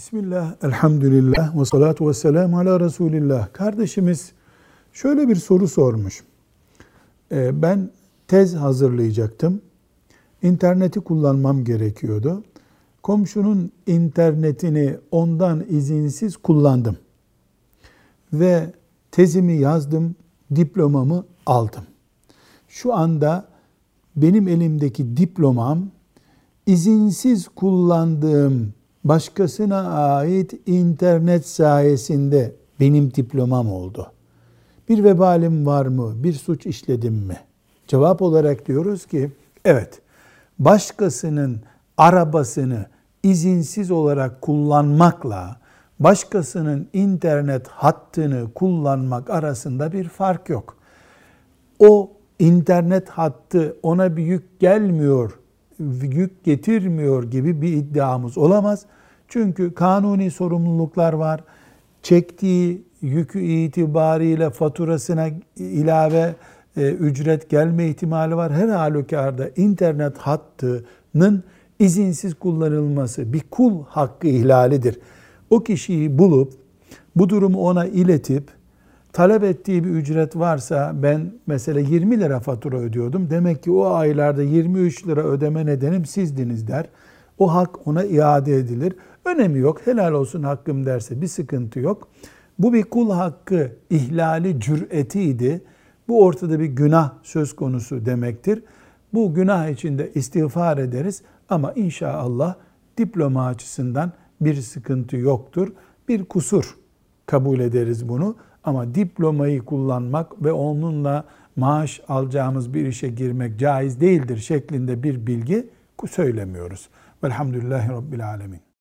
Bismillah, elhamdülillah, ve salatu ve selamu ala Resulillah. Kardeşimiz şöyle bir soru sormuş. Ben tez hazırlayacaktım. İnterneti kullanmam gerekiyordu. Komşunun internetini ondan izinsiz kullandım. Ve tezimi yazdım, diplomamı aldım. Şu anda benim elimdeki diplomam izinsiz kullandığım başkasına ait internet sayesinde benim diplomam oldu. Bir vebalim var mı? Bir suç işledim mi? Cevap olarak diyoruz ki evet. Başkasının arabasını izinsiz olarak kullanmakla başkasının internet hattını kullanmak arasında bir fark yok. O internet hattı ona bir yük gelmiyor, yük getirmiyor gibi bir iddiamız olamaz. Çünkü kanuni sorumluluklar var. Çektiği yükü itibariyle faturasına ilave ücret gelme ihtimali var. Her halükarda internet hattının izinsiz kullanılması bir kul hakkı ihlalidir. O kişiyi bulup bu durumu ona iletip talep ettiği bir ücret varsa, ben mesela 20 lira fatura ödüyordum. Demek ki o aylarda 23 lira ödeme nedenim sizdiniz der. O hak ona iade edilir. Önemi yok. Helal olsun hakkım derse bir sıkıntı yok. Bu bir kul hakkı ihlali cüretiydi. Bu ortada bir günah söz konusu demektir. Bu günah içinde istiğfar ederiz ama inşallah diploma açısından bir sıkıntı yoktur. Bir kusur kabul ederiz bunu. Ama diplomayı kullanmak ve onunla maaş alacağımız bir işe girmek caiz değildir şeklinde bir bilgi söylemiyoruz. Velhamdülillahi Rabbil Alemin.